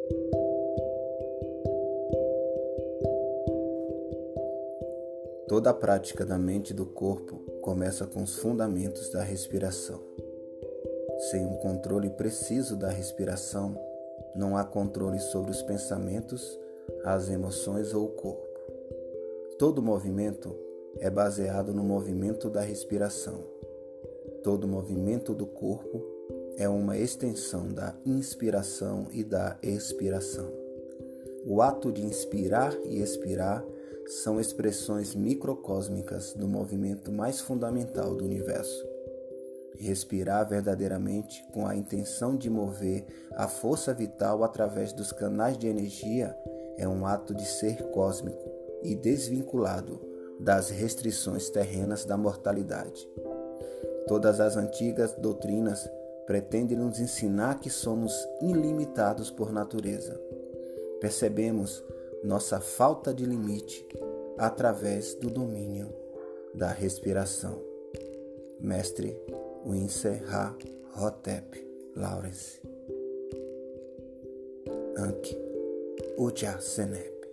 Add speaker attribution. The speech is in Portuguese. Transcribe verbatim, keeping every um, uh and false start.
Speaker 1: Toda a prática da mente e do corpo começa com os fundamentos da respiração. Sem um controle preciso da respiração, não há controle sobre os pensamentos, as emoções ou o corpo. Todo movimento é baseado no movimento da respiração. Todo movimento do corpo é uma extensão da inspiração e da expiração. O ato de inspirar e expirar são expressões microcósmicas do movimento mais fundamental do universo. Respirar verdadeiramente com a intenção de mover a força vital através dos canais de energia é um ato de ser cósmico e desvinculado das restrições terrenas da mortalidade. Todas as antigas doutrinas pretendem nos ensinar que somos ilimitados por natureza. Percebemos nossa falta de limite através do domínio da respiração. Mestre Winser-Ha-Hotep Lawrence. Ankh Uja Senep.